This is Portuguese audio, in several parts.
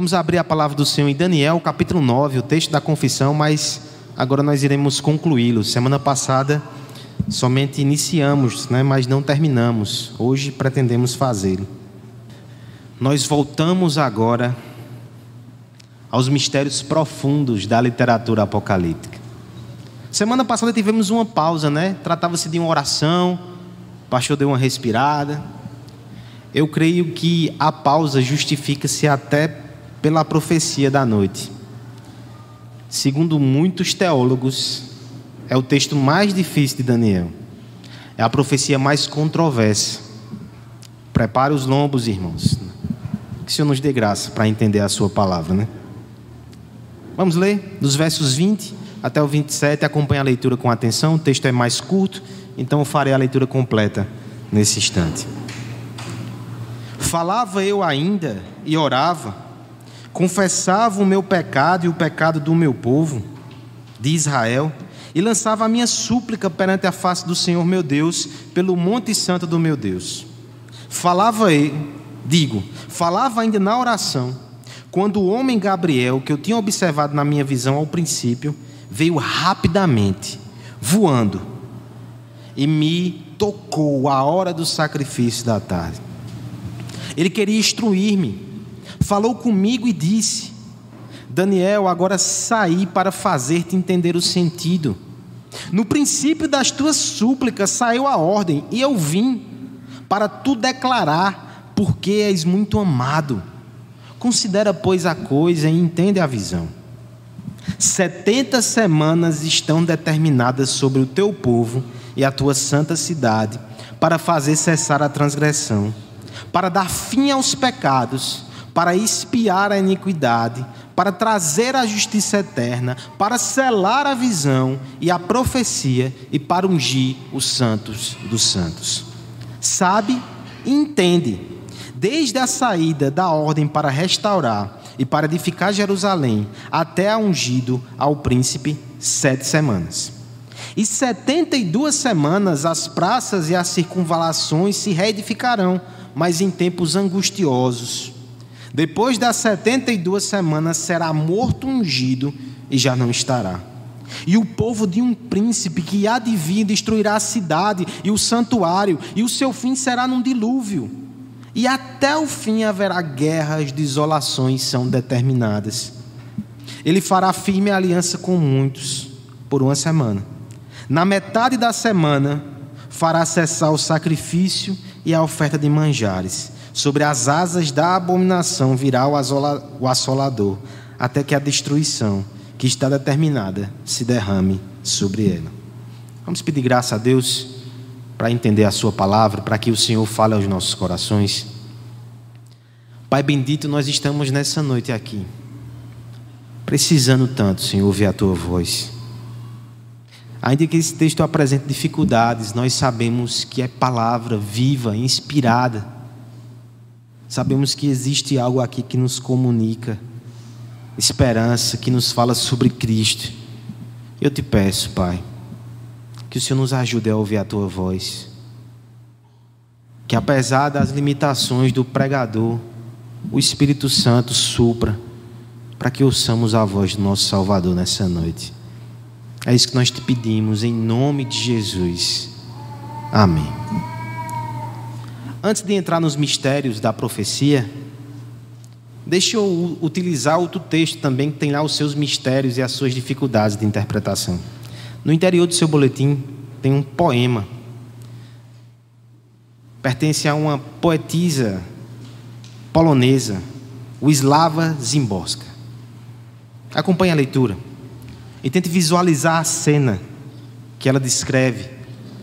Vamos abrir a palavra do Senhor em Daniel, capítulo 9, o texto da confissão, mas agora nós iremos concluí-lo. Semana passada somente iniciamos, mas não terminamos. Hoje pretendemos fazê-lo. Nós voltamos agora aos mistérios profundos da literatura apocalíptica. Semana passada tivemos uma pausa, Tratava-se de uma oração, o pastor deu uma respirada. Eu creio que a pausa justifica-se até pela profecia da noite. Segundo muitos teólogos, é o texto mais difícil de Daniel. É a profecia mais controversa. Prepare os lombos, irmãos. Que o Senhor nos dê graça para entender a sua palavra, Vamos ler dos versos 20 até o 27. Acompanhe a leitura com atenção. O texto é mais curto, então eu farei a leitura completa nesse instante. Falava eu ainda e orava, confessava o meu pecado e o pecado do meu povo, de Israel, e lançava a minha súplica perante a face do Senhor meu Deus, pelo monte santo do meu Deus. Falava ainda na oração, quando o homem Gabriel, que eu tinha observado na minha visão ao princípio, veio rapidamente, voando, e me tocou à hora do sacrifício da tarde. Ele queria instruir-me, falou comigo e disse: Daniel, agora saí para fazer-te entender o sentido. No princípio das tuas súplicas saiu a ordem, e eu vim para tu declarar, porque és muito amado. Considera, pois, a coisa e entende a visão. 70 semanas estão determinadas sobre o teu povo e a tua santa cidade, para fazer cessar a transgressão, para dar fim aos pecados, para expiar a iniquidade, para trazer a justiça eterna, para selar a visão e a profecia e para ungir os santos dos santos. Sabe e entende, desde a saída da ordem para restaurar e para edificar Jerusalém, até a ungido ao príncipe, 7 semanas. E 72 semanas as praças e as circunvalações se reedificarão, mas em tempos angustiosos. Depois das 72 semanas será morto ungido e já não estará. E o povo de um príncipe que há de vir destruirá a cidade e o santuário, e o seu fim será num dilúvio. E até o fim haverá guerras, desolações são determinadas. Ele fará firme aliança com muitos por 1 semana. Na metade da semana fará cessar o sacrifício e a oferta de manjares. Sobre as asas da abominação virá o assolador, até que a destruição que está determinada se derrame sobre ela. Vamos pedir graça a Deus para entender a sua palavra, para que o Senhor fale aos nossos corações. Pai bendito, nós estamos nessa noite aqui, precisando tanto, Senhor, ouvir a tua voz. Ainda que esse texto apresente dificuldades, nós sabemos que é palavra viva, inspirada. Sabemos que existe algo aqui que nos comunica esperança, que nos fala sobre Cristo. Eu te peço, Pai, que o Senhor nos ajude a ouvir a tua voz. Que apesar das limitações do pregador, o Espírito Santo supra, para que ouçamos a voz do nosso Salvador nessa noite. É isso que nós te pedimos, em nome de Jesus. Amém. Antes de entrar nos mistérios da profecia, deixa eu utilizar outro texto também que tem lá os seus mistérios e as suas dificuldades de interpretação. No interior do seu boletim tem um poema. Pertence a uma poetisa polonesa, Wisława Szymborska. Acompanhe a leitura e tente visualizar a cena que ela descreve.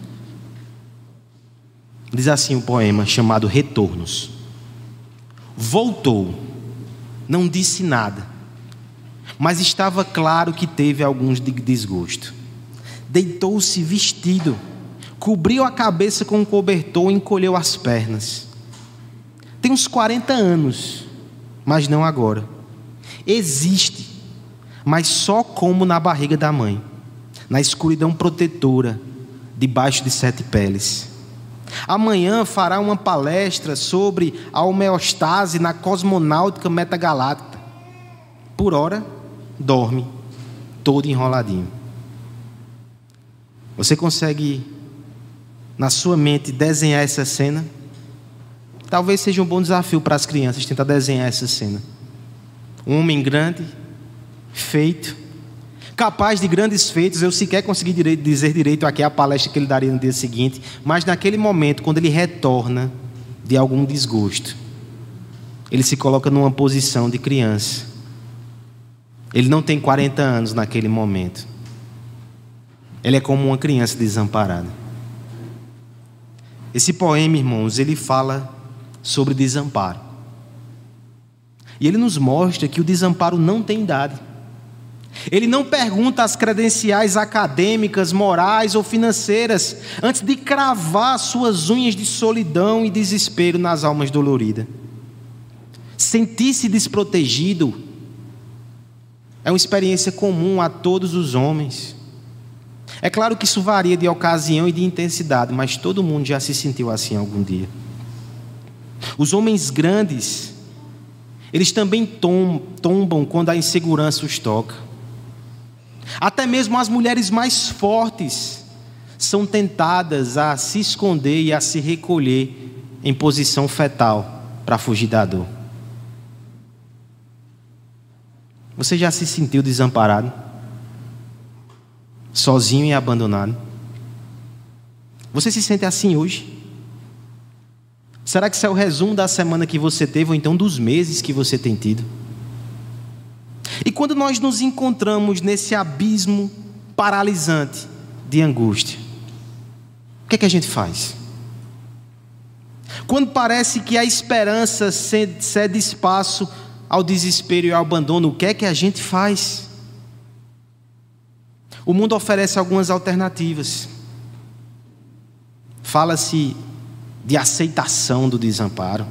Diz assim o poema, chamado Retornos. Voltou, não disse nada, mas estava claro que teve alguns de desgosto. Deitou-se vestido, cobriu a cabeça com um cobertor e encolheu as pernas. Tem uns 40 anos, mas não agora. Existe, mas só como na barriga da mãe, na escuridão protetora, debaixo de 7 peles. Amanhã fará uma palestra sobre a homeostase na cosmonáutica metagaláctica. por hora, dorme todo enroladinho. Você consegue, na sua mente, desenhar essa cena? Talvez seja um bom desafio para as crianças tentar desenhar essa cena. Um homem grande, feito, capaz de grandes feitos. Eu sequer consegui dizer direito aqui a palestra que ele daria no dia seguinte, mas naquele momento, quando ele retorna de algum desgosto, ele se coloca numa posição de criança. Ele não tem 40 anos naquele momento. Ele é como uma criança desamparada. Esse poema, irmãos, ele fala sobre desamparo. E ele nos mostra que o desamparo não tem idade. Ele não pergunta as credenciais acadêmicas, morais ou financeiras antes de cravar suas unhas de solidão e desespero nas almas doloridas. Sentir-se desprotegido é uma experiência comum a todos os homens. É claro que isso varia de ocasião e de intensidade, mas todo mundo já se sentiu assim algum dia. Os homens grandes, eles também tombam quando a insegurança os toca. Até mesmo as mulheres mais fortes são tentadas a se esconder e a se recolher em posição fetal para fugir da dor. Você já se sentiu desamparado? Sozinho e abandonado? Você se sente assim hoje? Será que isso é o resumo da semana que você teve, ou então dos meses que você tem tido? E quando nós nos encontramos nesse abismo paralisante de angústia, o que é que a gente faz? Quando parece que a esperança cede espaço ao desespero e ao abandono, o que é que a gente faz? O mundo oferece algumas alternativas. Fala-se de aceitação do desamparo.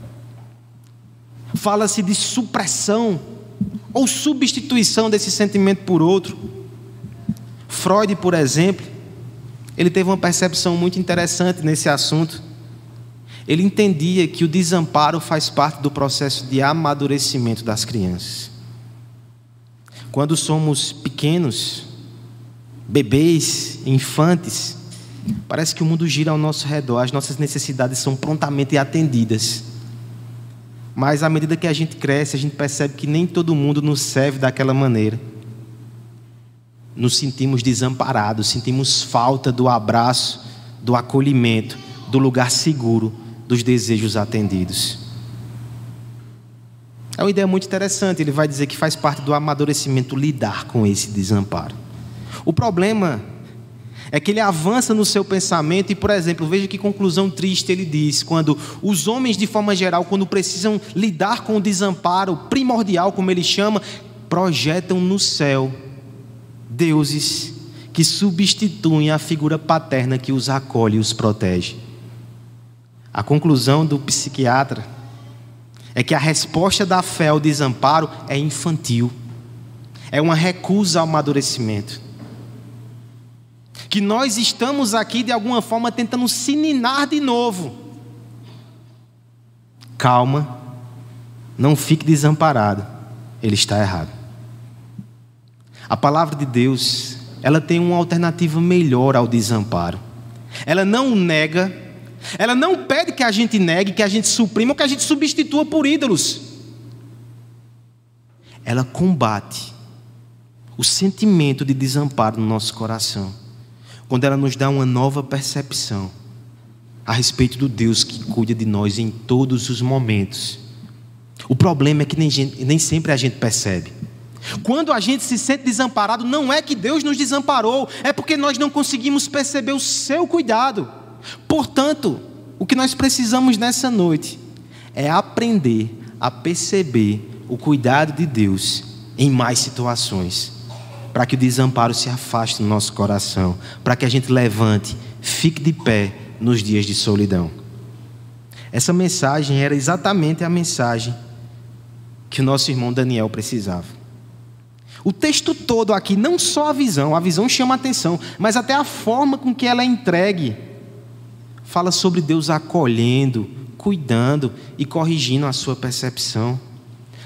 Fala-se de supressão ou substituição desse sentimento por outro. Freud, por exemplo, ele teve uma percepção muito interessante nesse assunto. Ele entendia que o desamparo faz parte do processo de amadurecimento das crianças. Quando somos pequenos, bebês, infantes, parece que o mundo gira ao nosso redor, as nossas necessidades são prontamente atendidas. Mas à medida que a gente cresce, a gente percebe que nem todo mundo nos serve daquela maneira. Nos sentimos desamparados, sentimos falta do abraço, do acolhimento, do lugar seguro, dos desejos atendidos. É uma ideia muito interessante. Ele vai dizer que faz parte do amadurecimento lidar com esse desamparo. O problema é que ele avança no seu pensamento e, por exemplo, veja que conclusão triste ele diz, quando os homens, de forma geral, quando precisam lidar com o desamparo primordial, como ele chama, projetam no céu deuses que substituem a figura paterna que os acolhe e os protege. A conclusão do psiquiatra é que a resposta da fé ao desamparo é infantil, é uma recusa ao amadurecimento. Que nós estamos aqui de alguma forma tentando se ninar de novo. Calma, não fique desamparado, ele está errado. A palavra de Deus, ela tem uma alternativa melhor ao desamparo. Ela não nega, ela não pede que a gente negue, que a gente suprima ou que a gente substitua por ídolos. Ela combate o sentimento de desamparo no nosso coração, quando ela nos dá uma nova percepção a respeito do Deus que cuida de nós em todos os momentos. O problema é que nem sempre a gente percebe. Quando a gente se sente desamparado, não é que Deus nos desamparou, é porque nós não conseguimos perceber o seu cuidado. Portanto, o que nós precisamos nessa noite é aprender a perceber o cuidado de Deus em mais situações, para que o desamparo se afaste do nosso coração, para que a gente levante, fique de pé nos dias de solidão. Essa mensagem era exatamente a mensagem que o nosso irmão Daniel precisava. O texto todo aqui, não só a visão chama a atenção, mas até a forma com que ela é entregue, fala sobre Deus acolhendo, cuidando e corrigindo a sua percepção.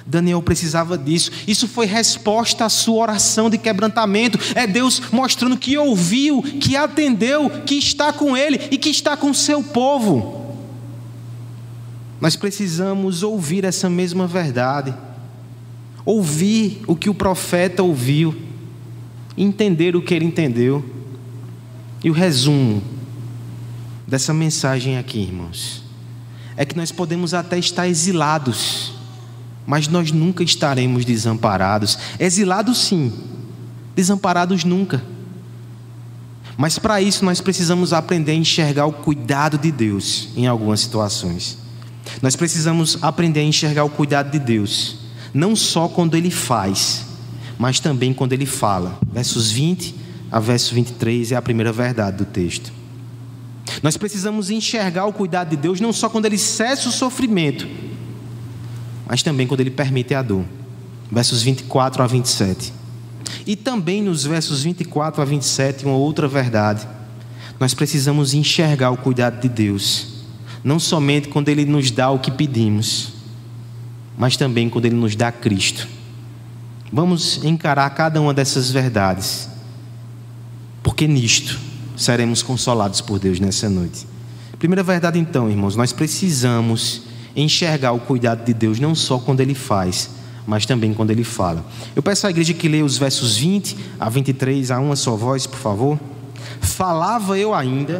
Daniel precisava disso. Isso foi resposta à sua oração de quebrantamento. É Deus mostrando que ouviu, que atendeu, que está com ele e que está com o seu povo. Nós precisamos ouvir essa mesma verdade. Ouvir o que o profeta ouviu. Entender o que ele entendeu. E o resumo dessa mensagem aqui, irmãos, é que nós podemos até estar exilados, mas nós nunca estaremos desamparados. Exilados sim, desamparados nunca. Mas para isso nós precisamos aprender a enxergar o cuidado de Deus em algumas situações. Nós precisamos aprender a enxergar o cuidado de Deus, não só quando Ele faz, mas também quando Ele fala. Versos 20 a verso 23 é a primeira verdade do texto. Nós precisamos enxergar o cuidado de Deus não só quando Ele cessa o sofrimento, mas também quando Ele permite a dor. Versos 24 a 27. E também nos versos 24 a 27, uma outra verdade. Nós precisamos enxergar o cuidado de Deus, não somente quando Ele nos dá o que pedimos, mas também quando Ele nos dá Cristo. Vamos encarar cada uma dessas verdades, porque nisto seremos consolados por Deus nessa noite. Primeira verdade então, irmãos, nós precisamos enxergar o cuidado de Deus não só quando Ele faz, mas também quando Ele fala. Eu peço à igreja que leia os versos 20 a 23 a uma só voz, por favor. Falava eu ainda,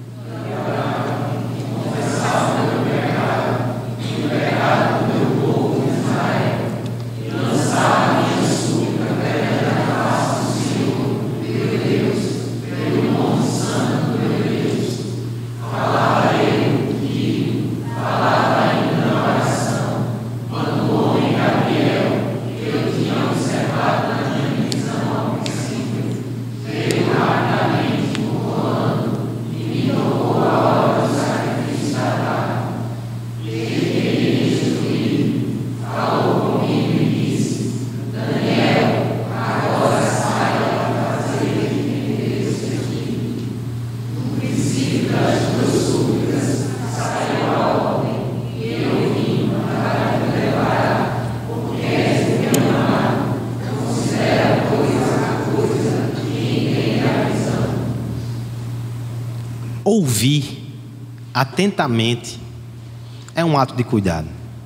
ouvir atentamente é um ato de cuidado.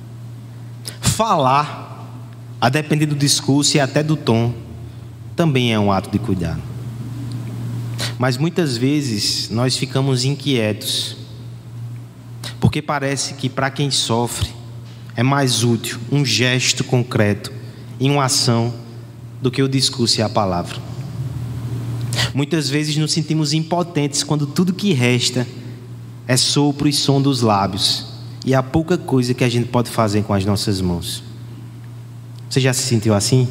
Falar, a depender do discurso e até do tom, também é um ato de cuidado. Mas muitas vezes nós ficamos inquietos, porque parece que para quem sofre é mais útil um gesto concreto e uma ação do que o discurso e a palavra. Muitas vezes nos sentimos impotentes quando tudo que resta é sopro e som dos lábios, e há pouca coisa que a gente pode fazer com as nossas mãos. Você já se sentiu assim?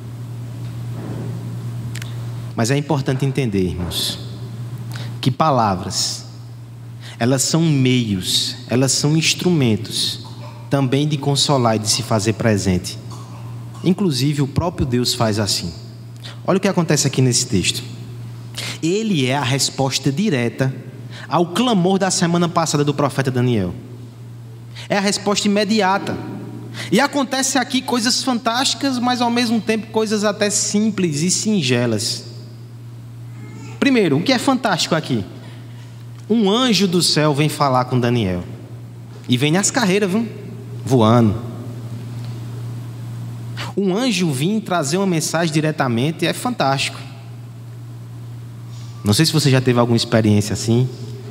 Mas é importante entender, irmãos, que palavras, elas são meios, elas são instrumentos também de consolar e de se fazer presente. Inclusive o próprio Deus faz assim. Olha o que acontece aqui nesse texto. Ele é a resposta direta ao clamor da semana passada do profeta Daniel. É a resposta imediata. E acontece aqui coisas fantásticas, mas ao mesmo tempo coisas até simples e singelas. Primeiro, o que é fantástico aqui? Um anjo do céu vem falar com Daniel. E vem nas carreiras, viu? Voando. Um anjo vir trazer uma mensagem diretamente é fantástico. Não sei se você já teve alguma experiência assim.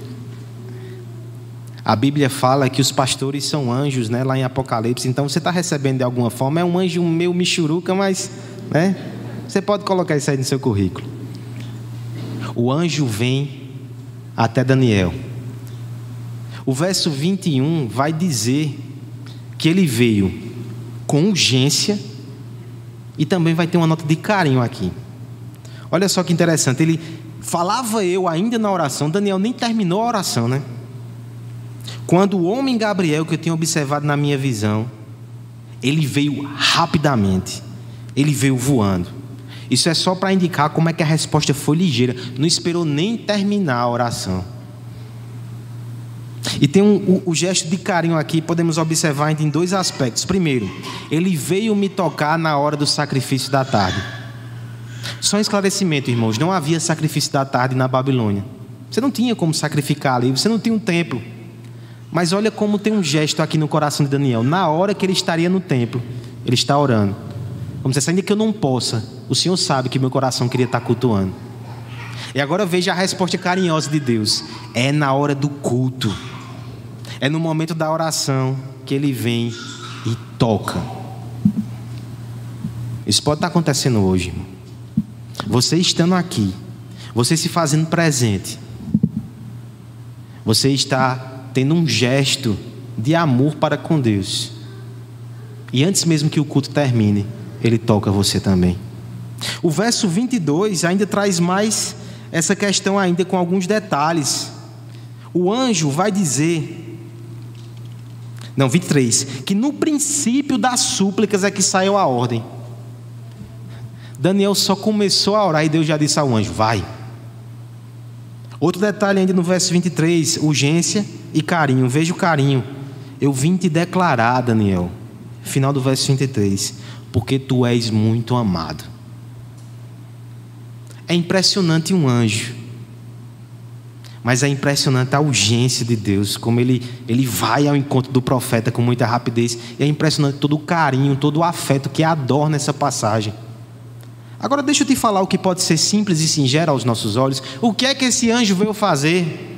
A Bíblia fala que os pastores são anjos, né, lá em Apocalipse. Então você está recebendo de alguma forma. É um anjo meio michuruca, mas, né, você pode colocar isso aí no seu currículo. O anjo vem até Daniel. O verso 21 vai dizer que ele veio com urgência e também vai ter uma nota de carinho aqui. Olha só que interessante. Ele falava eu ainda na oração. Daniel nem terminou a oração, né? Quando o homem Gabriel, que eu tinha observado na minha visão, ele veio rapidamente, ele veio voando. Isso é só para indicar como é que a resposta foi ligeira. Não esperou nem terminar a oração. E tem o gesto de carinho aqui, podemos observar ainda em dois aspectos. Primeiro, ele veio me tocar na hora do sacrifício da tarde. Só um esclarecimento, irmãos, não havia sacrifício da tarde na Babilônia. Você não tinha como sacrificar ali, você não tinha um templo. Mas olha como tem um gesto aqui no coração de Daniel. Na hora que ele estaria no templo, ele está orando. Vamos dizer, ainda que eu não possa, o Senhor sabe que meu coração queria estar cultuando. E agora veja a resposta carinhosa de Deus. É na hora do culto. É no momento da oração que ele vem e toca. Isso pode estar acontecendo hoje, irmão. Você estando aqui, você se fazendo presente, você está tendo um gesto de amor para com Deus. E antes mesmo que o culto termine, ele toca você também. O verso 22 ainda traz mais essa questão ainda com alguns detalhes. O anjo vai dizer, 23, que no princípio das súplicas é que saiu a ordem. Daniel só começou a orar e Deus já disse ao anjo, vai. Outro detalhe ainda no verso 23, urgência e carinho. Veja o carinho. Eu vim te declarar, Daniel, final do verso 23, porque tu és muito amado. É impressionante um anjo, mas é impressionante a urgência de Deus, como ele vai ao encontro do profeta com muita rapidez. E é impressionante todo o carinho, todo o afeto que adorna essa passagem. Agora deixa eu te falar o que pode ser simples e singelo aos nossos olhos. O que é que esse anjo veio fazer?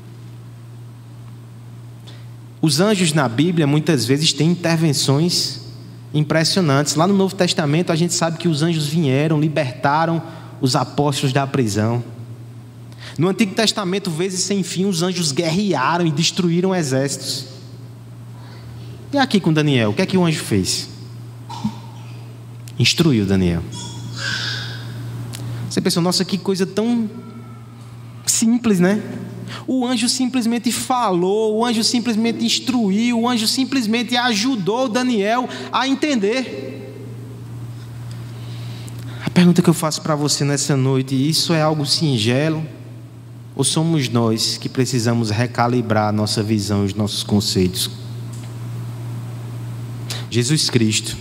Os anjos na Bíblia muitas vezes têm intervenções impressionantes. Lá no Novo Testamento a gente sabe que os anjos vieram, libertaram os apóstolos da prisão. No Antigo Testamento, vezes sem fim, os anjos guerrearam e destruíram exércitos. E aqui com Daniel, o que é que o anjo fez? Instruiu Daniel. Você pensou, nossa, que coisa tão simples, né? O anjo simplesmente falou, o anjo simplesmente instruiu, o anjo simplesmente ajudou Daniel a entender. A pergunta que eu faço para você nessa noite, isso é algo singelo? Ou somos nós que precisamos recalibrar a nossa visão e os nossos conceitos? Jesus Cristo,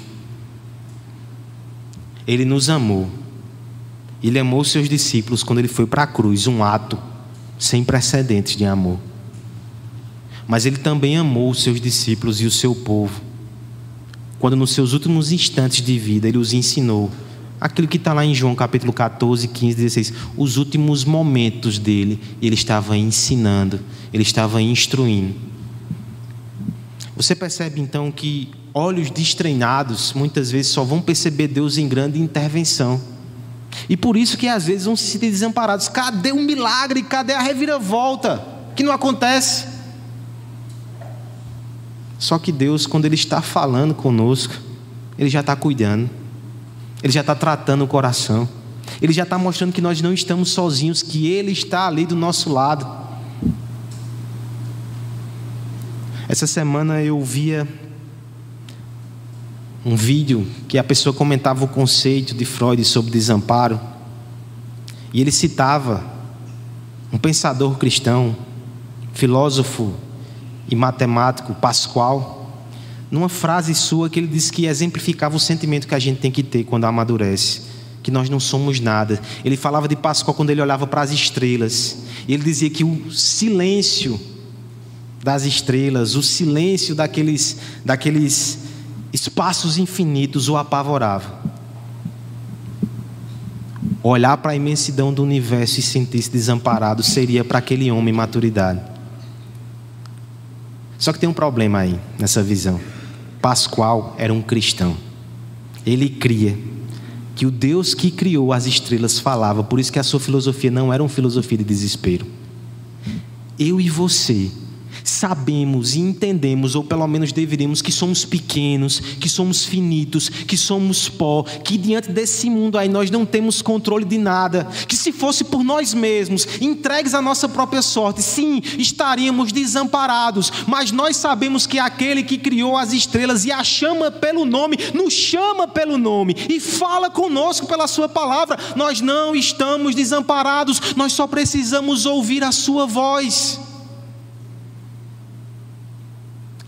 Ele nos amou. Ele amou os seus discípulos quando Ele foi para a cruz, um ato sem precedentes de amor. Mas Ele também amou os seus discípulos e o seu povo, quando nos seus últimos instantes de vida Ele os ensinou aquilo que está lá em João capítulo 14, 15, 16. Os últimos momentos dele, Ele estava ensinando, Ele estava instruindo. Você percebe então que olhos destreinados muitas vezes só vão perceber Deus em grande intervenção. E por isso que às vezes vão se sentir desamparados. Cadê o milagre? Cadê a reviravolta? Que não acontece. Só que Deus, quando Ele está falando conosco, Ele já está cuidando. Ele já está tratando o coração. Ele já está mostrando que nós não estamos sozinhos, que Ele está ali do nosso lado. Essa semana eu via um vídeo que a pessoa comentava o conceito de Freud sobre desamparo. E ele citava um pensador cristão, filósofo e matemático, Pascal, numa frase sua que ele disse que exemplificava o sentimento que a gente tem que ter quando amadurece, que nós não somos nada. Ele falava de Pascal quando ele olhava para as estrelas, e ele dizia que o silêncio das estrelas, o silêncio daqueles espaços infinitos o apavorava. Olhar para a imensidão do universo e sentir-se desamparado seria para aquele homem maturidade. Só que tem um problema aí nessa visão. Pascal era um cristão. Ele cria que o Deus que criou as estrelas falava. Por isso que a sua filosofia não era uma filosofia de desespero. Eu e você sabemos e entendemos, ou pelo menos deveríamos, que somos pequenos, que somos finitos, que somos pó, que diante desse mundo aí nós não temos controle de nada, que se fosse por nós mesmos, entregues à nossa própria sorte, sim, estaríamos desamparados, mas nós sabemos que aquele que criou as estrelas e a chama pelo nome, nos chama pelo nome e fala conosco pela sua palavra. Nós não estamos desamparados, nós só precisamos ouvir a sua voz.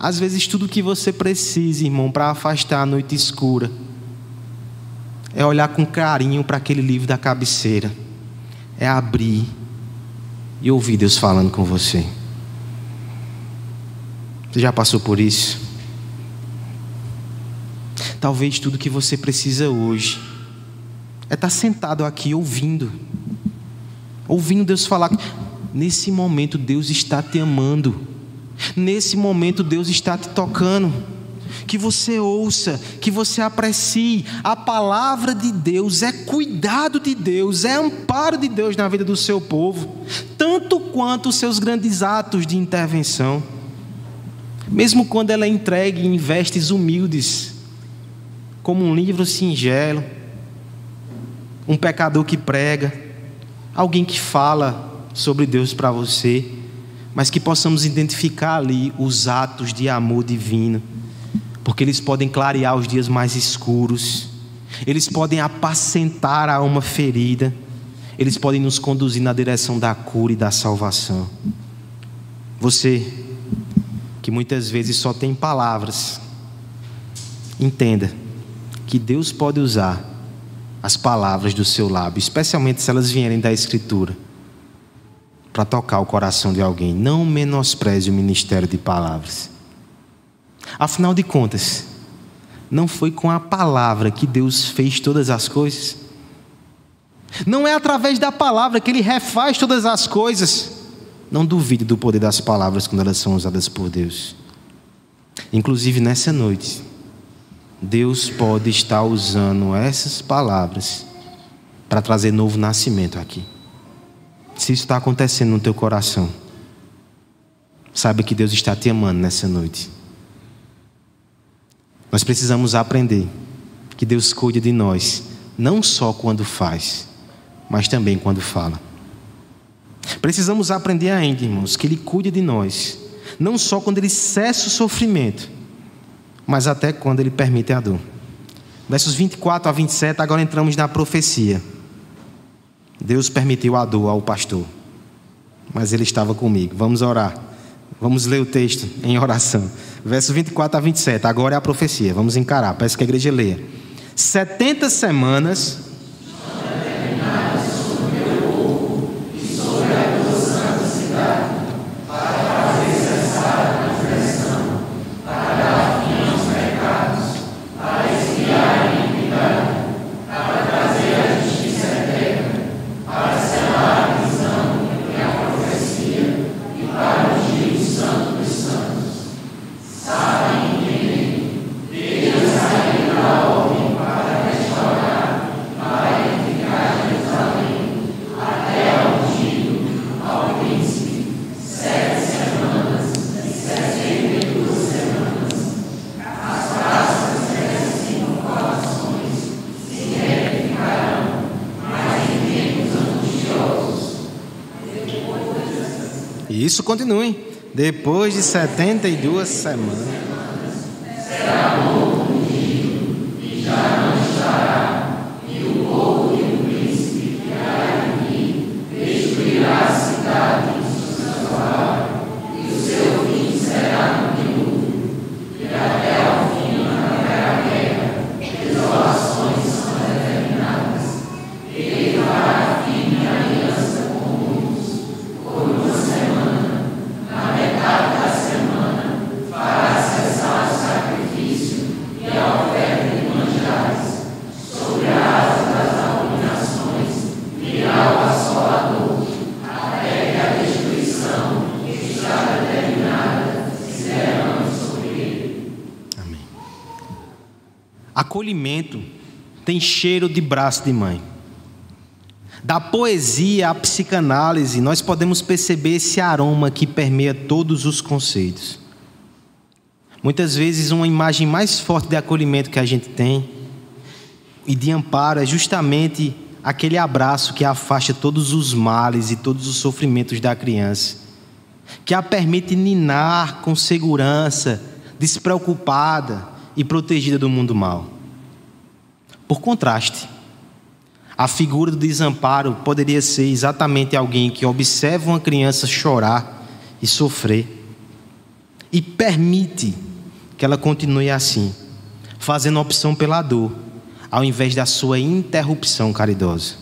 Às vezes tudo que você precisa, irmão, para afastar a noite escura é olhar com carinho para aquele livro da cabeceira, é abrir e ouvir Deus falando com você. Você já passou por isso? Talvez tudo que você precisa hoje é estar sentado aqui ouvindo Deus falar. Nesse momento Deus está te amando, nesse momento Deus está te tocando. Que você ouça, que você aprecie. A palavra de Deus é cuidado de Deus, é amparo de Deus na vida do seu povo, tanto quanto os seus grandes atos de intervenção. Mesmo quando ela é entregue em vestes humildes, como um livro singelo, um pecador que prega, alguém que fala sobre Deus para você, mas que possamos identificar ali os atos de amor divino, porque eles podem clarear os dias mais escuros, eles podem apacentar a alma ferida, eles podem nos conduzir na direção da cura e da salvação. Você, que muitas vezes só tem palavras, entenda que Deus pode usar as palavras do seu lábio, especialmente se elas vierem da Escritura, para tocar o coração de alguém. Não menospreze o ministério de palavras. Afinal de contas, não foi com a palavra que Deus fez todas as coisas? Não é através da palavra que Ele refaz todas as coisas? Não duvide do poder das palavras quando elas são usadas por Deus. Inclusive nessa noite, Deus pode estar usando essas palavras para trazer novo nascimento aqui. Se isso está acontecendo no teu coração, saiba que Deus está te amando nessa noite. Nós precisamos aprender que Deus cuida de nós, não só quando faz, mas também quando fala. Precisamos aprender ainda, irmãos, que Ele cuida de nós, não só quando Ele cessa o sofrimento, mas até quando Ele permite a dor. Versos 24 a 27, agora entramos na profecia. Deus permitiu a dor ao pastor, mas Ele estava comigo. Vamos orar. Vamos ler o texto em oração. Versos 24 a 27, agora é a profecia. Vamos encarar, peço que a igreja leia. 70 semanas... Isso continue. Depois de 72 semanas. Será novo o ninho, e já não estará, e o povo e o príncipe que há em mim destruirá a cidade e sua palavra, e o seu fim será no dilúvio, e até ao fim não haverá guerra, desolações são determinadas. Ele fará firme aliança com muitos, por uma semana. Na metade da semana, fará cessar o sacrifício e a oferta de manjares. Sobre a asa das abominações virá o assolador, até que a destruição que está determinada se derrame sobre ele. Amém. Acolhimento tem cheiro de braço de mãe. Da poesia à psicanálise, nós podemos perceber esse aroma que permeia todos os conceitos. Muitas vezes, uma imagem mais forte de acolhimento que a gente tem e de amparo é justamente aquele abraço que afasta todos os males e todos os sofrimentos da criança, que a permite ninar com segurança, despreocupada e protegida do mundo mal. Por contraste, a figura do desamparo poderia ser exatamente alguém que observa uma criança chorar e sofrer e permite que ela continue assim, fazendo opção pela dor, ao invés da sua interrupção caridosa.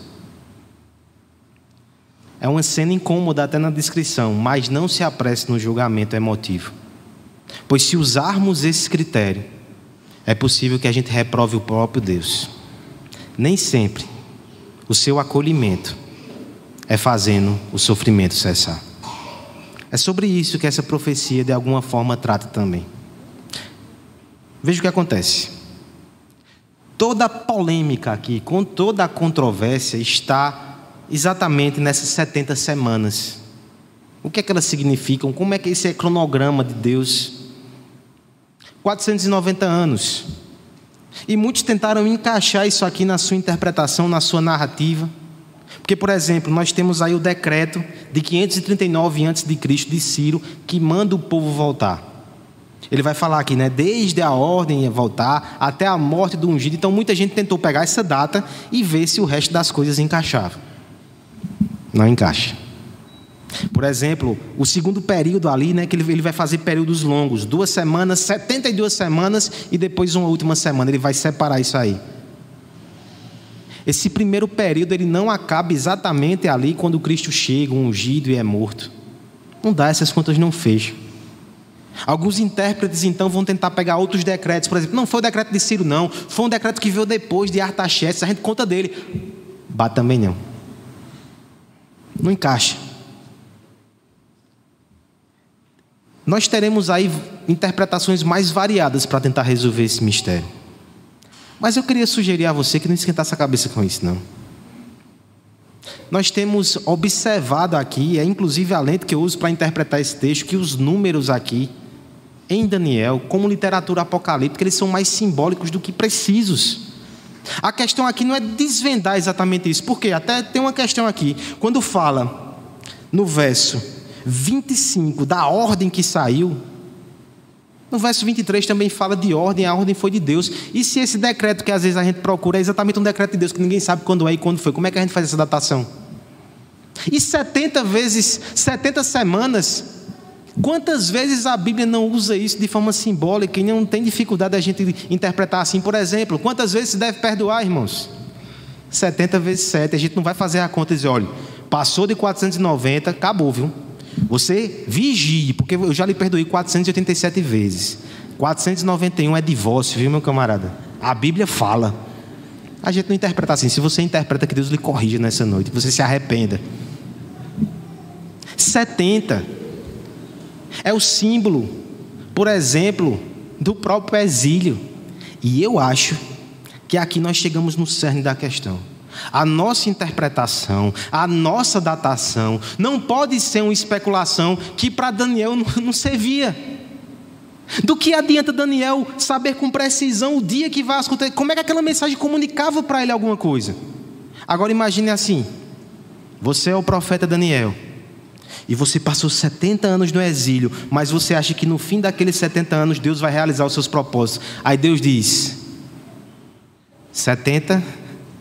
É uma cena incômoda até na descrição, mas não se apresse no julgamento emotivo. Pois se usarmos esse critério, é possível que a gente reprove o próprio Deus. Nem sempre o seu acolhimento é fazendo o sofrimento cessar. É sobre isso que essa profecia de alguma forma trata também. Veja o que acontece. Toda a polêmica aqui, com toda a controvérsia, está exatamente nessas 70 semanas. O que é que elas significam? Como é que esse é cronograma de Deus? 490 anos. E muitos tentaram encaixar isso aqui na sua interpretação, na sua narrativa. Porque, por exemplo, nós temos aí o decreto de 539 a.C. de Ciro, que manda o povo voltar. Ele vai falar aqui, né? Desde a ordem voltar até a morte do ungido. Então muita gente tentou pegar essa data e ver se o resto das coisas encaixava. Não encaixa. Por exemplo, o segundo período ali, né, que ele vai fazer períodos longos, 2 semanas, 72 semanas e depois uma última semana. Ele vai separar isso aí. Esse primeiro período ele não acaba exatamente ali quando Cristo chega, um ungido e é morto. Não dá, essas contas não fecham. Alguns intérpretes então vão tentar pegar outros decretos. Por exemplo, não foi o decreto de Ciro não, foi um decreto que veio depois de Artaxerxes, a gente conta dele. Bate também não. Não encaixa. Nós teremos aí interpretações mais variadas para tentar resolver esse mistério. Mas eu queria sugerir a você que não esquentasse a cabeça com isso, não. Nós temos observado aqui, é inclusive a lente que eu uso para interpretar esse texto, que os números aqui, em Daniel, como literatura apocalíptica, eles são mais simbólicos do que precisos. A questão aqui não é desvendar exatamente isso, porque até tem uma questão aqui, quando fala no verso 25 da ordem que saiu, no verso 23 também fala de ordem, a ordem foi de Deus. E se esse decreto que às vezes a gente procura é exatamente um decreto de Deus, que ninguém sabe quando é e quando foi, como é que a gente faz essa datação? E 70 vezes, 70 semanas, quantas vezes a Bíblia não usa isso de forma simbólica e não tem dificuldade a gente interpretar assim? Por exemplo, quantas vezes se deve perdoar, irmãos? 70 vezes 7, a gente não vai fazer a conta e dizer, olha, passou de 490, acabou, viu? Você vigie, porque eu já lhe perdoei 487 vezes. 491 é divórcio, viu, meu camarada? A Bíblia fala. A gente não interpreta assim. Se você interpreta, que Deus lhe corrija nessa noite, que você se arrependa. 70 é o símbolo, por exemplo, do próprio exílio. E eu acho que aqui nós chegamos no cerne da questão. A nossa interpretação, a nossa datação não pode ser uma especulação que para Daniel não servia. Do que adianta Daniel saber com precisão o dia que vai acontecer? Como é que aquela mensagem comunicava para ele alguma coisa? Agora imagine assim, você é o profeta Daniel e você passou 70 anos no exílio, mas você acha que no fim daqueles 70 anos Deus vai realizar os seus propósitos. Aí Deus diz, 70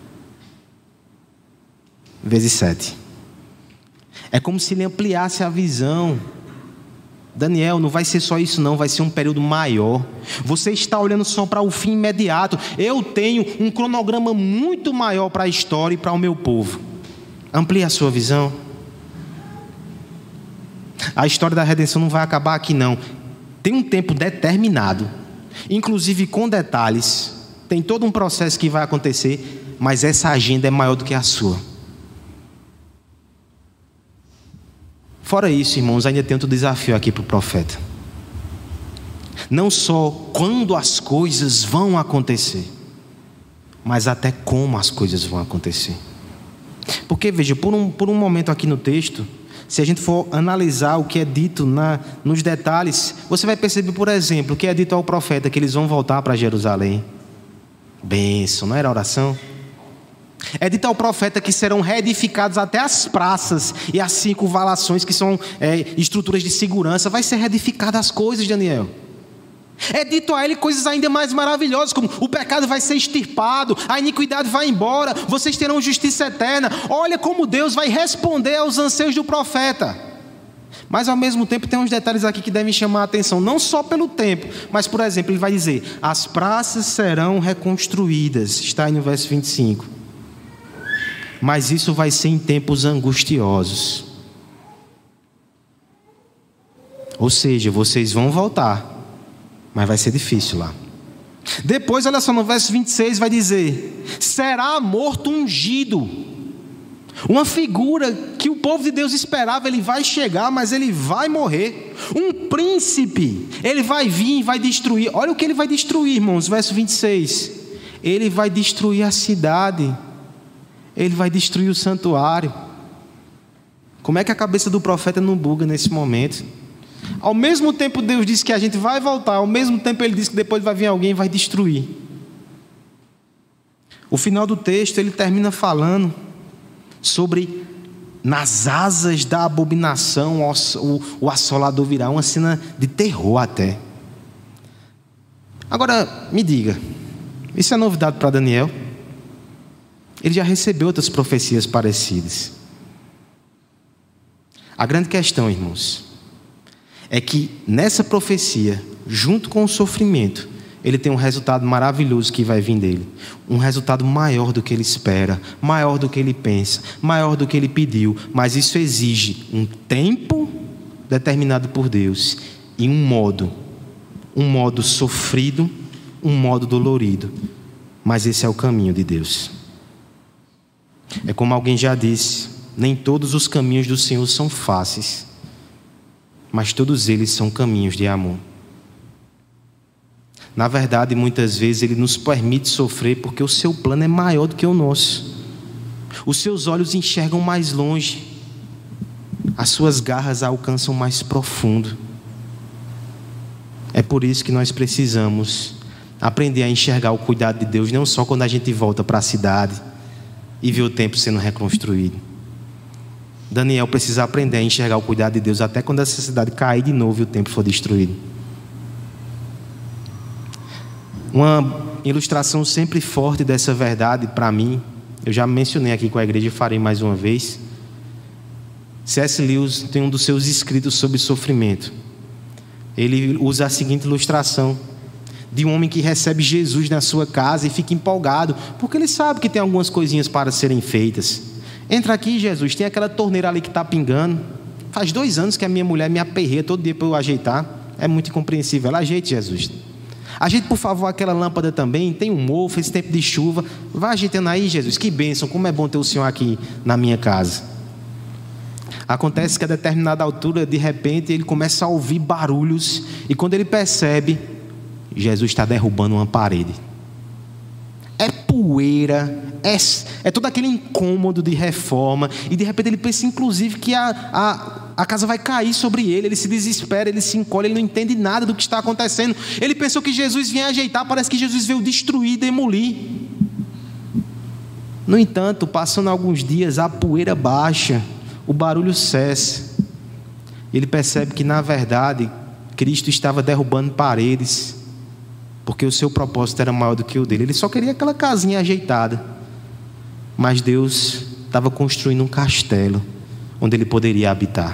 vezes 7. É como se ele ampliasse a visão. Daniel, não vai ser só isso não, vai ser um período maior. Você está olhando só para o fim imediato. Eu tenho um cronograma muito maior para a história e para o meu povo. Amplie a sua visão. A história da redenção não vai acabar aqui não. Tem um tempo determinado, inclusive com detalhes. Tem todo um processo que vai acontecer, mas essa agenda é maior do que a sua. Fora isso, irmãos, ainda tem outro desafio aqui para o profeta. Não só quando as coisas vão acontecer, mas até como as coisas vão acontecer. Porque, veja, por um momento aqui no texto, se a gente for analisar o que é dito nos detalhes, você vai perceber, por exemplo, o que é dito ao profeta, que eles vão voltar para Jerusalém. Bênção, não era oração? É dito ao profeta que serão reedificados até as praças e as circunvalações, que são estruturas de segurança. Vai ser reedificadas as coisas, Daniel. É dito a ele coisas ainda mais maravilhosas, como o pecado vai ser extirpado, a iniquidade vai embora, vocês terão justiça eterna. Olha como Deus vai responder aos anseios do profeta. Mas ao mesmo tempo tem uns detalhes aqui que devem chamar a atenção, não só pelo tempo, mas, por exemplo, ele vai dizer: as praças serão reconstruídas, está aí no verso 25. Mas isso vai ser em tempos angustiosos. Ou seja, vocês vão voltar, mas vai ser difícil lá. Depois, olha só, no verso 26 vai dizer: será morto ungido. Uma figura que o povo de Deus esperava, ele vai chegar, mas ele vai morrer. Um príncipe, ele vai vir e vai destruir. Olha o que ele vai destruir, irmãos, verso 26. Ele vai destruir a cidade. Ele vai destruir o santuário. Como é que a cabeça do profeta não buga nesse momento? Ao mesmo tempo Deus diz que a gente vai voltar, ao mesmo tempo ele diz que depois vai vir alguém e vai destruir. O final do texto ele termina falando sobre nas asas da abominação o assolador virá, uma cena de terror até. Agora me diga, isso é novidade para Daniel? Ele já recebeu outras profecias parecidas. A grande questão, irmãos, é que nessa profecia, junto com o sofrimento, ele tem um resultado maravilhoso que vai vir dele. Um resultado maior do que ele espera, maior do que ele pensa, maior do que ele pediu. Mas isso exige um tempo determinado por Deus e um modo sofrido, um modo dolorido. Mas esse é o caminho de Deus. É como alguém já disse: nem todos os caminhos do Senhor são fáceis, mas todos eles são caminhos de amor. Na verdade, muitas vezes Ele nos permite sofrer porque o seu plano é maior do que o nosso. Os seus olhos enxergam mais longe, as suas garras alcançam mais profundo. É por isso que nós precisamos aprender a enxergar o cuidado de Deus, não só quando a gente volta para a cidade e vê o templo sendo reconstruído. Daniel precisa aprender a enxergar o cuidado de Deus até quando essa cidade cair de novo e o templo for destruído. Uma ilustração sempre forte dessa verdade para mim, eu já mencionei aqui com a igreja e farei mais uma vez. C.S. Lewis tem um dos seus escritos sobre sofrimento. Ele usa a seguinte ilustração de um homem que recebe Jesus na sua casa e fica empolgado, porque ele sabe que tem algumas coisinhas para serem feitas. Entra aqui, Jesus, tem aquela torneira ali que está pingando. Faz 2 anos que a minha mulher me aperreia todo dia para eu ajeitar. É muito incompreensível. Ela ajeite, Jesus. Ajeite, por favor, aquela lâmpada também. Tem um mofo, esse tempo de chuva. Vai ajeitando aí, Jesus. Que bênção, como é bom ter o Senhor aqui na minha casa. Acontece que a determinada altura, de repente, ele começa a ouvir barulhos. E quando ele percebe, Jesus está derrubando uma parede. É poeira, é todo aquele incômodo de reforma. E de repente ele pensa, inclusive, que a casa vai cair sobre ele. Ele se desespera, ele se encolhe, ele não entende nada do que está acontecendo. Ele pensou que Jesus vinha ajeitar, parece que Jesus veio destruir, demolir. No entanto, passando alguns dias, a poeira baixa, o barulho cessa. Ele percebe que, na verdade, Cristo estava derrubando paredes, porque o seu propósito era maior do que o dele. Ele só queria aquela casinha ajeitada, mas Deus estava construindo um castelo onde ele poderia habitar.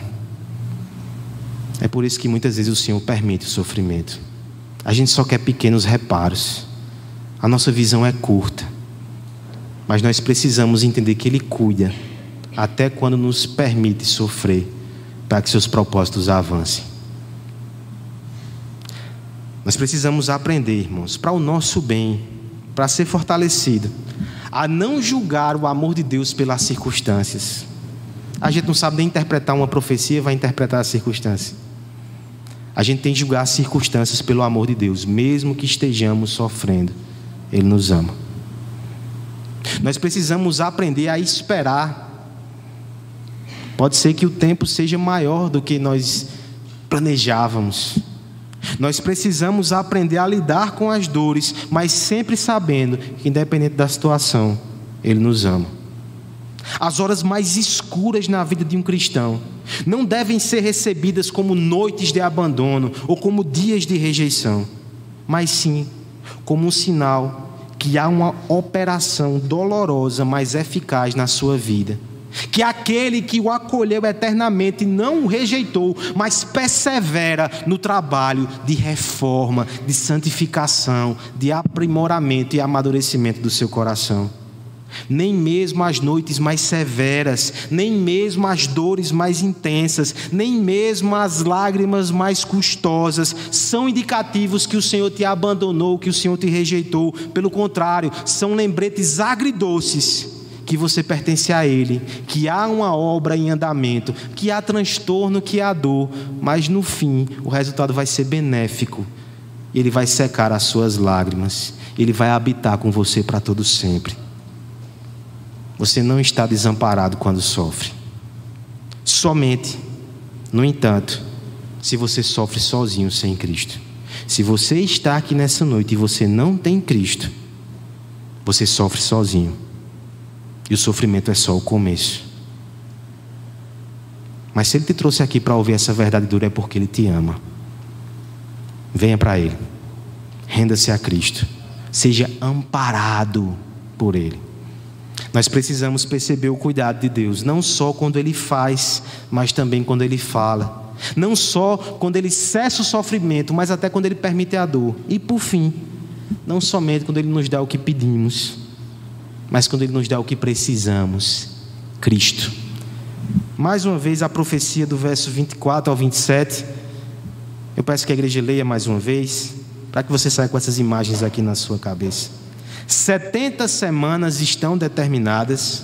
É por isso que muitas vezes o Senhor permite o sofrimento. A gente só quer pequenos reparos, a nossa visão é curta, mas nós precisamos entender que Ele cuida até quando nos permite sofrer, para que seus propósitos avancem. Nós precisamos aprender, irmãos, para o nosso bem, para ser fortalecido, a não julgar o amor de Deus pelas circunstâncias. A gente não sabe nem interpretar uma profecia, vai interpretar a circunstância. A gente tem que julgar as circunstâncias pelo amor de Deus, mesmo que estejamos sofrendo, Ele nos ama. Nós precisamos aprender a esperar. Pode ser que o tempo seja maior do que nós planejávamos. Nós precisamos aprender a lidar com as dores, mas sempre sabendo que, independente da situação, Ele nos ama. As horas mais escuras na vida de um cristão não devem ser recebidas como noites de abandono ou como dias de rejeição, mas sim como um sinal que há uma operação dolorosa, mas eficaz na sua vida, que aquele que o acolheu eternamente não o rejeitou, mas persevera no trabalho de reforma, de santificação, de aprimoramento e amadurecimento do seu coração. Nem mesmo as noites mais severas, nem mesmo as dores mais intensas, nem mesmo as lágrimas mais custosas são indicativos que o Senhor te abandonou, que o Senhor te rejeitou. Pelo contrário, são lembretes agridoces que você pertence a Ele, que há uma obra em andamento, que há transtorno, que há dor, mas no fim o resultado vai ser benéfico. Ele vai secar as suas lágrimas, Ele vai habitar com você para todo sempre. Você não está desamparado quando sofre. Somente, no entanto, se você sofre sozinho sem Cristo. Se você está aqui nessa noite e você não tem Cristo, você sofre sozinho. E o sofrimento é só o começo. Mas se Ele te trouxe aqui para ouvir essa verdade dura, é porque Ele te ama. Venha para Ele. Renda-se a Cristo. Seja amparado por Ele. Nós precisamos perceber o cuidado de Deus, não só quando Ele faz, mas também quando Ele fala. Não só quando Ele cessa o sofrimento, mas até quando Ele permite a dor. E por fim, não somente quando Ele nos dá o que pedimos, mas quando Ele nos dá o que precisamos, Cristo. Mais uma vez a profecia do verso 24 ao 27. Eu peço que a igreja leia mais uma vez, para que você saia com essas imagens aqui na sua cabeça. 70 semanas estão determinadas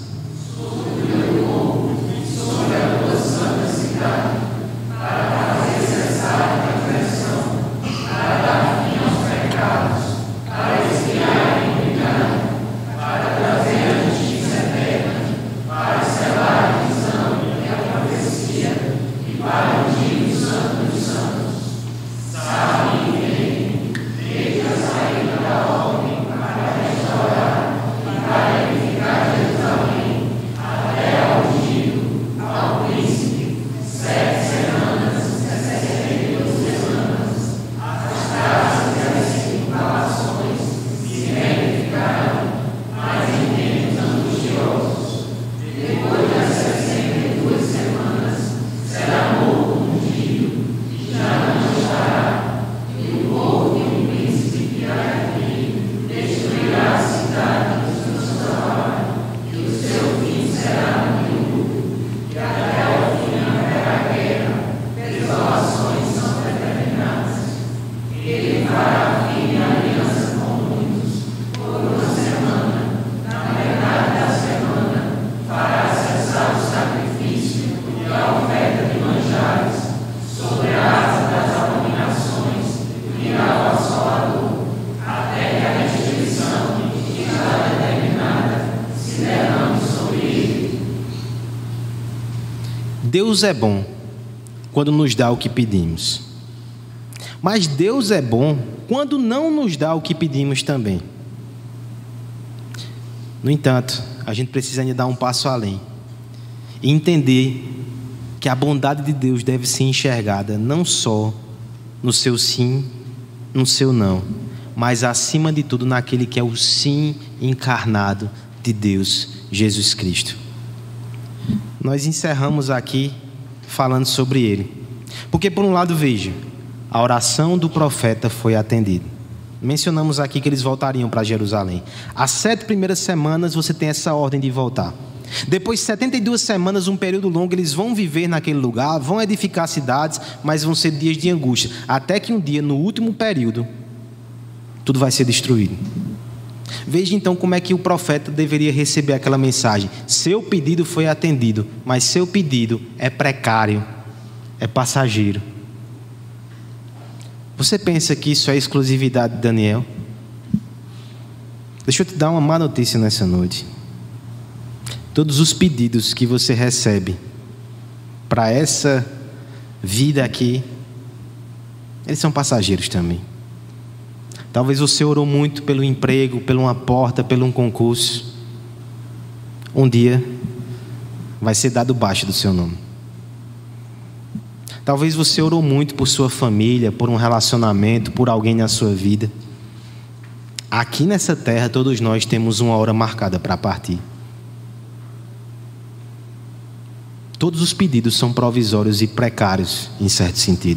sobre a tua santa cidade, para fazer cessar a transgressão, para dar fim aos pecados, para expiar o engano, para trazer a justiça eterna, para selar a visão e a profecia, e para ungir o santo dos santos. Sabe e vem, desde a saída da ordem, para restaurar e para edificar Jerusalém, até ao ungido, ao príncipe, 7 semanas, 62 semanas. As praças e as circunvalações se verificarão, mas em tempos angustiosos. Depois das 62 semanas, será morto o ungido, e já não estará, e o povo e o príncipe que há de vir destruirá a cidade dos seus trabalhos, e o seu fim será no dilúvio, e até ao fim haverá guerra, desolações são determinadas. Ele fará firme aliança com muitos, por uma semana, na metade da semana, fará cessar o sacrifício e a oferta de manjares, sobre a asa das abominações, virá o assolador, até que a restrição que está determinada se derrame sobre ele. Deus é bom quando nos dá o que pedimos, mas Deus é bom quando não nos dá o que pedimos também. No entanto, a gente precisa ainda dar um passo além e entender que a bondade de Deus deve ser enxergada não só no seu sim, no seu não, mas acima de tudo naquele que é o sim encarnado de Deus, Jesus Cristo. Nós encerramos aqui falando sobre Ele, porque por um lado, veja, a oração do profeta foi atendida. Mencionamos aqui que eles voltariam para Jerusalém. As 7 primeiras semanas você tem essa ordem de voltar. Depois de 72 semanas, um período longo, eles vão viver naquele lugar, vão edificar cidades, mas vão ser dias de angústia, até que um dia, no último período, tudo vai ser destruído. Veja então como é que o profeta deveria receber aquela mensagem. Seu pedido foi atendido, mas seu pedido é precário, é passageiro. Você pensa que isso é exclusividade de Daniel? Deixa eu te dar uma má notícia nessa noite. Todos os pedidos que você recebe para essa vida aqui, eles são passageiros também. Talvez você orou muito pelo emprego, por uma porta, por um concurso. Um dia vai ser dado baixo do seu nome. Talvez você orou muito por sua família, por um relacionamento, por alguém na sua vida. Aqui nessa terra, todos nós temos uma hora marcada para partir. todos os pedidos são provisórios e precários, em certo sentido.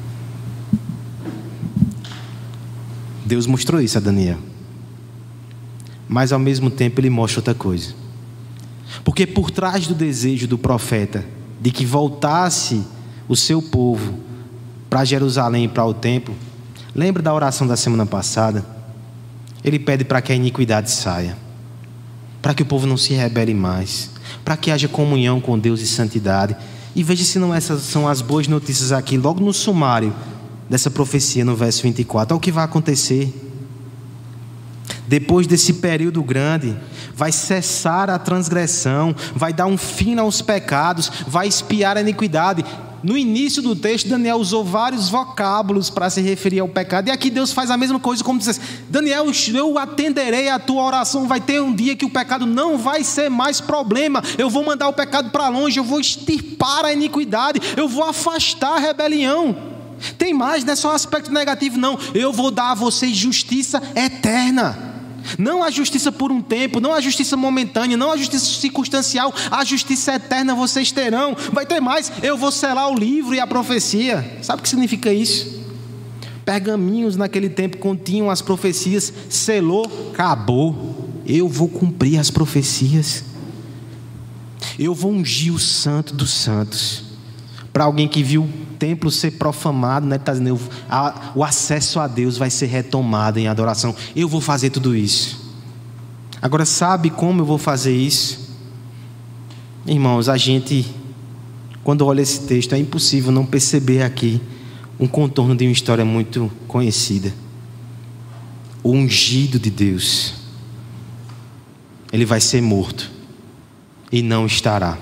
Deus mostrou isso a Daniel. Mas ao mesmo tempo ele mostra outra coisa. Porque por trás do desejo do profeta de que voltasse o seu povo para Jerusalém e para o templo, lembra da oração da semana passada? Ele pede para que a iniquidade saia, para que o povo não se rebele mais, para que haja comunhão com Deus e santidade. E veja se não essas são as boas notícias aqui, logo no sumário dessa profecia, no verso 24. Olha o que vai acontecer. Depois desse período grande, vai cessar a transgressão, vai dar um fim aos pecados, vai expiar a iniquidade. No início do texto, Daniel usou vários vocábulos para se referir ao pecado. E aqui Deus faz a mesma coisa, como diz: Daniel, eu atenderei a tua oração. Vai ter um dia que o pecado não vai ser mais problema. Eu vou mandar o pecado para longe, eu vou extirpar a iniquidade, eu vou afastar a rebelião. Tem mais, não é só um aspecto negativo, não. Eu vou dar a vocês justiça eterna. Não a justiça por um tempo, não a justiça momentânea, não a justiça circunstancial, a justiça eterna vocês terão. Vai ter mais, eu vou selar o livro e a profecia. Sabe o que significa isso? Pergaminhos naquele tempo continham as profecias, selou, acabou. Eu vou cumprir as profecias. Eu vou ungir o santo dos santos. Para alguém que viu o templo ser profanado, né, tá dizendo, o acesso a Deus vai ser retomado em adoração. Eu vou fazer tudo isso. Agora, sabe como eu vou fazer isso? Irmãos, a gente, quando olha esse texto, é impossível não perceber aqui um contorno de uma história muito conhecida. O ungido de Deus, ele vai ser morto e não estará.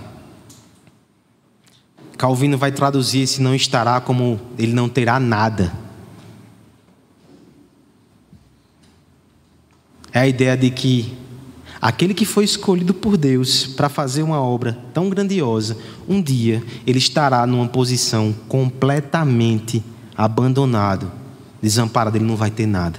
Calvino vai traduzir esse não estará como ele não terá nada. É a ideia de que aquele que foi escolhido por Deus para fazer uma obra tão grandiosa, um dia ele estará numa posição completamente abandonado, desamparado, ele não vai ter nada.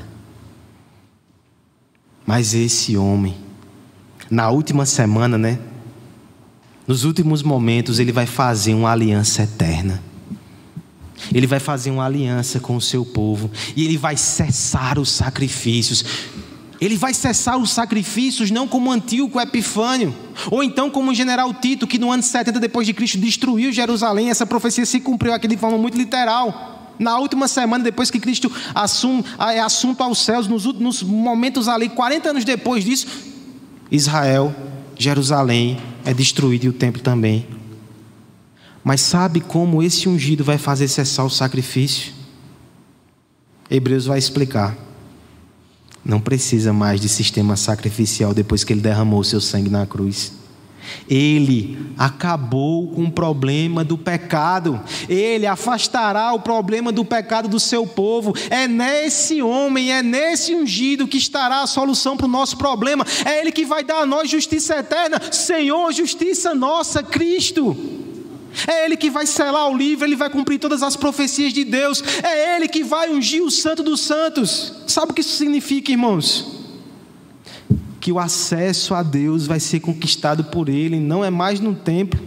Mas esse homem, na última semana, né? Nos últimos momentos, ele vai fazer uma aliança eterna. Ele vai fazer uma aliança com o seu povo. E ele vai cessar os sacrifícios. Ele vai cessar os sacrifícios não como Antíoco Epifânio, ou então como o general Tito, que no ano 70 depois de Cristo destruiu Jerusalém. Essa profecia se cumpriu aqui de forma muito literal. Na última semana, depois que Cristo é assunto aos céus, nos momentos ali, 40 anos depois disso, Israel, Jerusalém é destruído e o templo também. Mas sabe como esse ungido vai fazer cessar o sacrifício? Hebreus vai explicar. Não precisa mais de sistema sacrificial depois que ele derramou o seu sangue na cruz. Ele acabou com o problema do pecado. Ele afastará o problema do pecado do seu povo. É nesse homem, é nesse ungido que estará a solução para o nosso problema. É Ele que vai dar a nós justiça eterna. Senhor, justiça nossa, Cristo. É Ele que vai selar o livro, Ele vai cumprir todas as profecias de Deus. É Ele que vai ungir o santo dos santos. Sabe o que isso significa, irmãos? Que o acesso a Deus vai ser conquistado por Ele, não é mais no templo,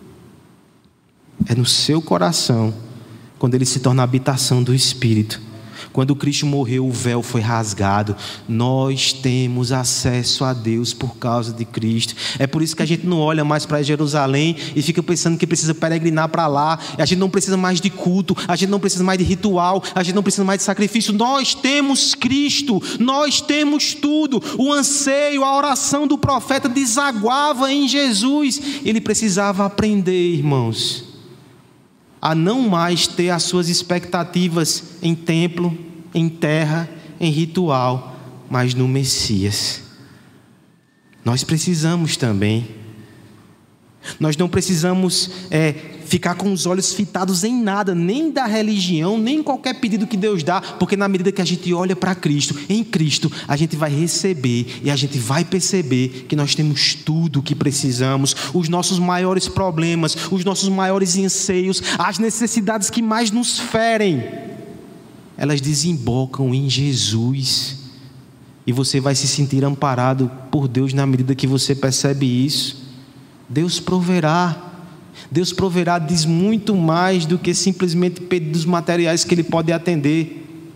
é no seu coração, quando Ele se torna a habitação do Espírito. Quando Cristo morreu, o véu foi rasgado. Nós temos acesso a Deus por causa de Cristo. É por isso que a gente não olha mais para Jerusalém e fica pensando que precisa peregrinar para lá. A gente não precisa mais de culto, a gente não precisa mais de ritual, a gente não precisa mais de sacrifício. Nós temos Cristo, nós temos tudo. O anseio, a oração do profeta desaguava em Jesus. Ele precisava aprender, irmãos, a não mais ter as suas expectativas em templo, em terra, em ritual, mas no Messias. Nós precisamos também. Nós não precisamos ficar com os olhos fitados em nada, nem da religião, nem em qualquer pedido que Deus dá, porque na medida que a gente olha para Cristo, em Cristo, a gente vai receber e a gente vai perceber que nós temos tudo o que precisamos. Os nossos maiores problemas, os nossos maiores anseios, as necessidades que mais nos ferem, elas desembocam em Jesus. E você vai se sentir amparado por Deus na medida que você percebe isso. Deus proverá. Deus proverá diz muito mais do que simplesmente pedidos materiais que Ele pode atender.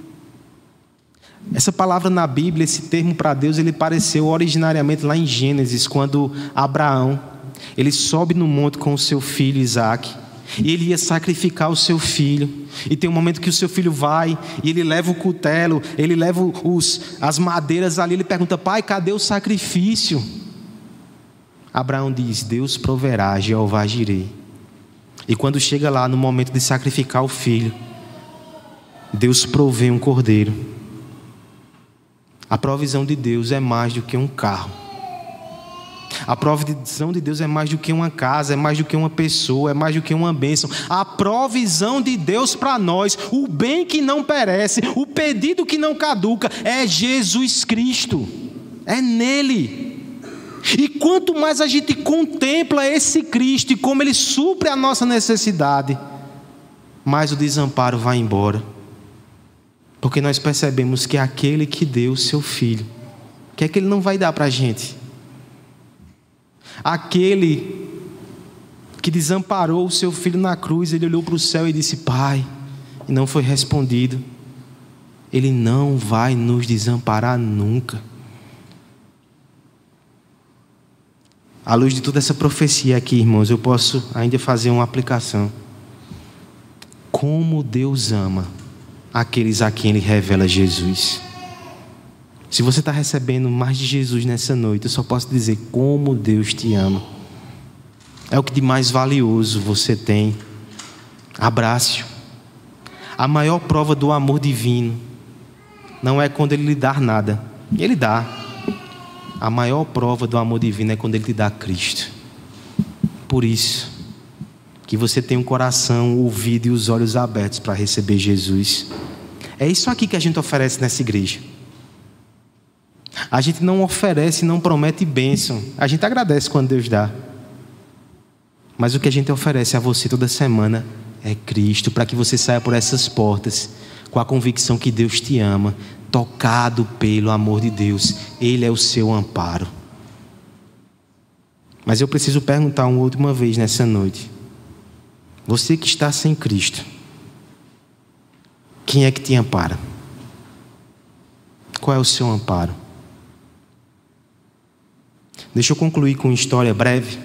Essa palavra na Bíblia, esse termo para Deus, ele apareceu originariamente lá em Gênesis, quando Abraão, ele sobe no monte com o seu filho Isaque, e ele ia sacrificar o seu filho. E tem um momento que o seu filho vai, e ele leva o cutelo, ele leva as madeiras ali, ele pergunta: pai, cadê o sacrifício? Abraão diz: Deus proverá, Jeová Jireh. E quando chega lá no momento de sacrificar o filho, Deus provê um cordeiro. A provisão de Deus é mais do que um carro. A provisão de Deus é mais do que uma casa, é mais do que uma pessoa, é mais do que uma bênção. A provisão de Deus para nós, o bem que não perece, o pedido que não caduca, é Jesus Cristo. É nele. E quanto mais a gente contempla esse Cristo e como Ele supre a nossa necessidade, mais o desamparo vai embora. Porque nós percebemos que aquele que deu o seu filho, o que é que Ele não vai dar para a gente? Aquele que desamparou o seu filho na cruz, Ele olhou para o céu e disse: Pai, e não foi respondido. Ele não vai nos desamparar nunca. À luz de toda essa profecia aqui, irmãos, eu posso ainda fazer uma aplicação. Como Deus ama aqueles a quem Ele revela Jesus. Se você está recebendo mais de Jesus nessa noite, eu só posso dizer: como Deus te ama. É o que de mais valioso você tem. Abrace-o. A maior prova do amor divino não é quando Ele lhe dá nada. Ele dá. A maior prova do amor divino é quando Ele te dá Cristo. Por isso, que você tem um coração, o ouvido e os olhos abertos para receber Jesus. É isso aqui que a gente oferece nessa igreja. A gente não oferece, não promete bênção. A gente agradece quando Deus dá. Mas o que a gente oferece a você toda semana é Cristo, para que você saia por essas portas com a convicção que Deus te ama, tocado pelo amor de Deus. Ele é o seu amparo. Mas eu preciso perguntar uma última vez nessa noite: você que está sem Cristo, quem é que te ampara? Qual é o seu amparo? Deixa eu concluir com uma história breve.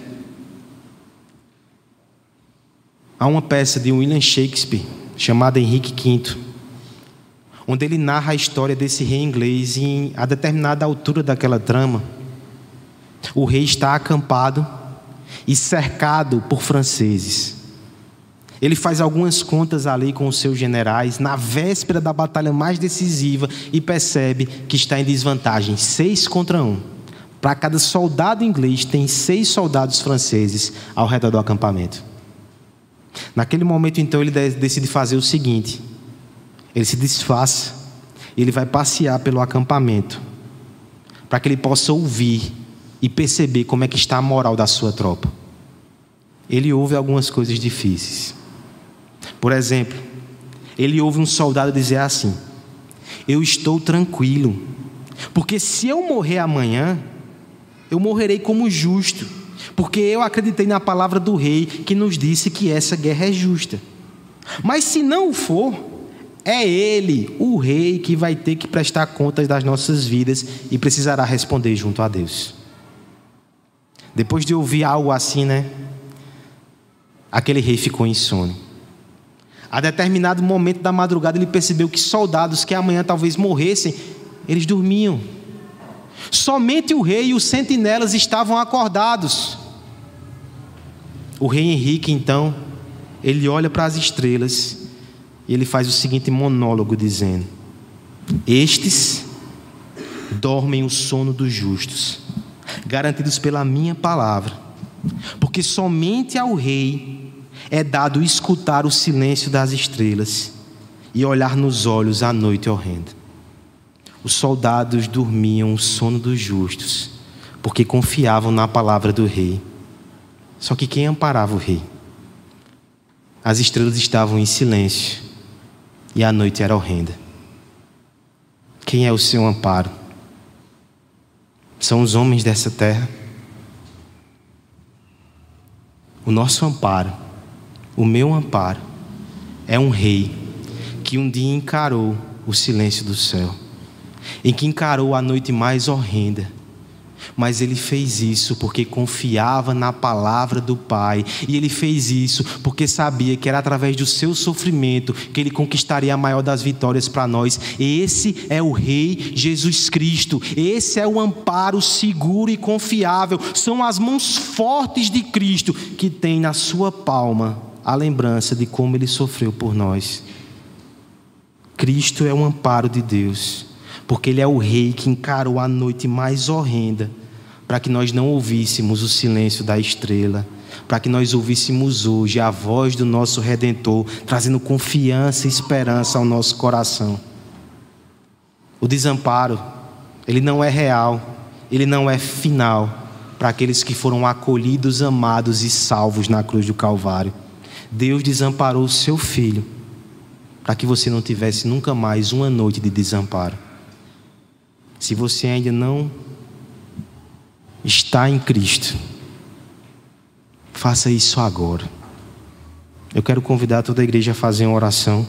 Há uma peça de William Shakespeare chamada Henrique V, onde ele narra a história desse rei inglês. E a determinada altura daquela trama, o rei está acampado e cercado por franceses. Ele faz algumas contas ali com os seus generais na véspera da batalha mais decisiva e percebe que está em desvantagem, 6 contra 1. Para cada soldado inglês tem 6 soldados franceses ao redor do acampamento. Naquele momento, então, ele decide fazer o seguinte: ele se disfarça, ele vai passear pelo acampamento para que ele possa ouvir e perceber como é que está a moral da sua tropa. Ele ouve algumas coisas difíceis. Por exemplo, ele ouve um soldado dizer assim: eu estou tranquilo, porque se eu morrer amanhã, eu morrerei como justo, porque eu acreditei na palavra do rei que nos disse que essa guerra é justa. Mas se não for, é ele, o rei, que vai ter que prestar contas das nossas vidas e precisará responder junto a Deus. Depois de ouvir algo assim, aquele rei ficou insone. A determinado momento da madrugada, ele percebeu que soldados que amanhã talvez morressem, eles dormiam. Somente o rei e os sentinelas estavam acordados. O rei Henrique, então, ele olha para as estrelas e ele faz o seguinte monólogo dizendo: estes dormem o sono dos justos, garantidos pela minha palavra, porque somente ao rei é dado escutar o silêncio das estrelas e olhar nos olhos a noite horrenda. Os soldados dormiam o sono dos justos, porque confiavam na palavra do rei. Só que quem amparava o rei? As estrelas estavam em silêncio e a noite era horrenda. Quem é o seu amparo? São os homens dessa terra? O nosso amparo, o meu amparo, é um rei que um dia encarou o silêncio do céu, em que encarou a noite mais horrenda, mas ele fez isso porque confiava na palavra do Pai, e ele fez isso porque sabia que era através do seu sofrimento que ele conquistaria a maior das vitórias para nós. Esse é o Rei Jesus Cristo, esse é o amparo seguro e confiável, são as mãos fortes de Cristo que tem na sua palma a lembrança de como ele sofreu por nós. Cristo é o amparo de Deus, porque ele é o rei que encarou a noite mais horrenda, para que nós não ouvíssemos o silêncio da estrela, para que nós ouvíssemos hoje a voz do nosso Redentor, trazendo confiança e esperança ao nosso coração. O desamparo, ele não é real, ele não é final para aqueles que foram acolhidos, amados e salvos na cruz do Calvário. Deus desamparou o seu Filho para que você não tivesse nunca mais uma noite de desamparo. Se você ainda não está em Cristo, faça isso agora. Eu quero convidar toda a igreja a fazer uma oração.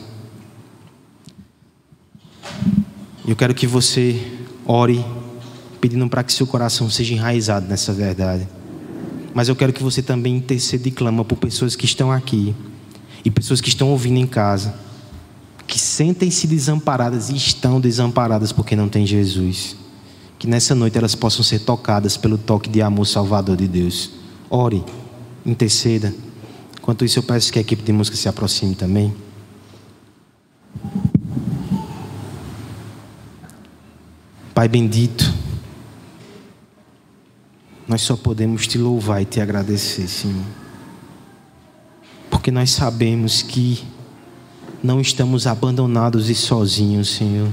Eu quero que você ore, pedindo para que seu coração seja enraizado nessa verdade. Mas eu quero que você também interceda e clama por pessoas que estão aqui e pessoas que estão ouvindo em casa, que sentem-se desamparadas e estão desamparadas porque não tem Jesus. Que nessa noite elas possam ser tocadas pelo toque de amor salvador de Deus. Ore, interceda. Enquanto isso, eu peço que a equipe de música se aproxime também. Pai bendito, nós só podemos te louvar e te agradecer, Senhor, porque nós sabemos que não estamos abandonados e sozinhos, Senhor.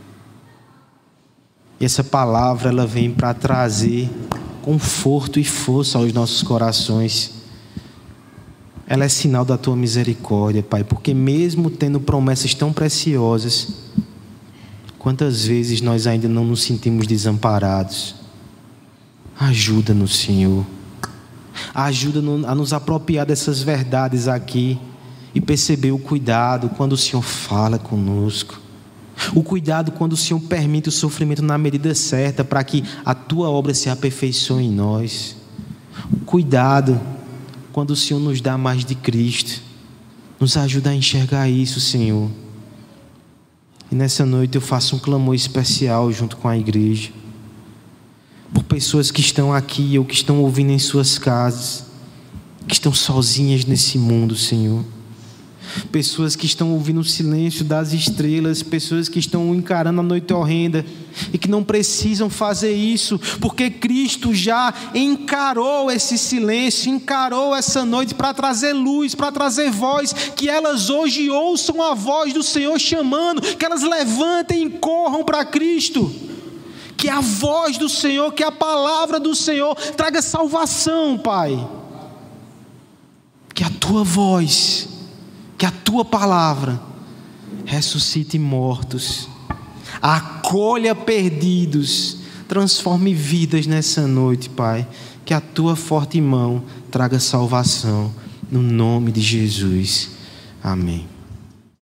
E essa palavra, ela vem para trazer conforto e força aos nossos corações. Ela é sinal da tua misericórdia, Pai, porque mesmo tendo promessas tão preciosas, quantas vezes nós ainda não nos sentimos desamparados? Ajuda-nos, Senhor. Ajuda-nos a nos apropriar dessas verdades aqui e perceber o cuidado quando o Senhor fala conosco. O cuidado quando o Senhor permite o sofrimento na medida certa para que a tua obra se aperfeiçoe em nós. O cuidado quando o Senhor nos dá mais de Cristo. Nos ajuda a enxergar isso, Senhor. E nessa noite eu faço um clamor especial junto com a igreja, por pessoas que estão aqui ou que estão ouvindo em suas casas, que estão sozinhas nesse mundo, Senhor. Pessoas que estão ouvindo o silêncio das estrelas, pessoas que estão encarando a noite horrenda e que não precisam fazer isso, porque Cristo já encarou esse silêncio, encarou essa noite para trazer luz, para trazer voz, que elas hoje ouçam a voz do Senhor chamando, que elas levantem e corram para Cristo, que a voz do Senhor, que a palavra do Senhor traga salvação, Pai, que a tua voz, que a tua palavra ressuscite mortos, acolha perdidos, transforme vidas nessa noite, Pai. Que a tua forte mão traga salvação, no nome de Jesus. Amém.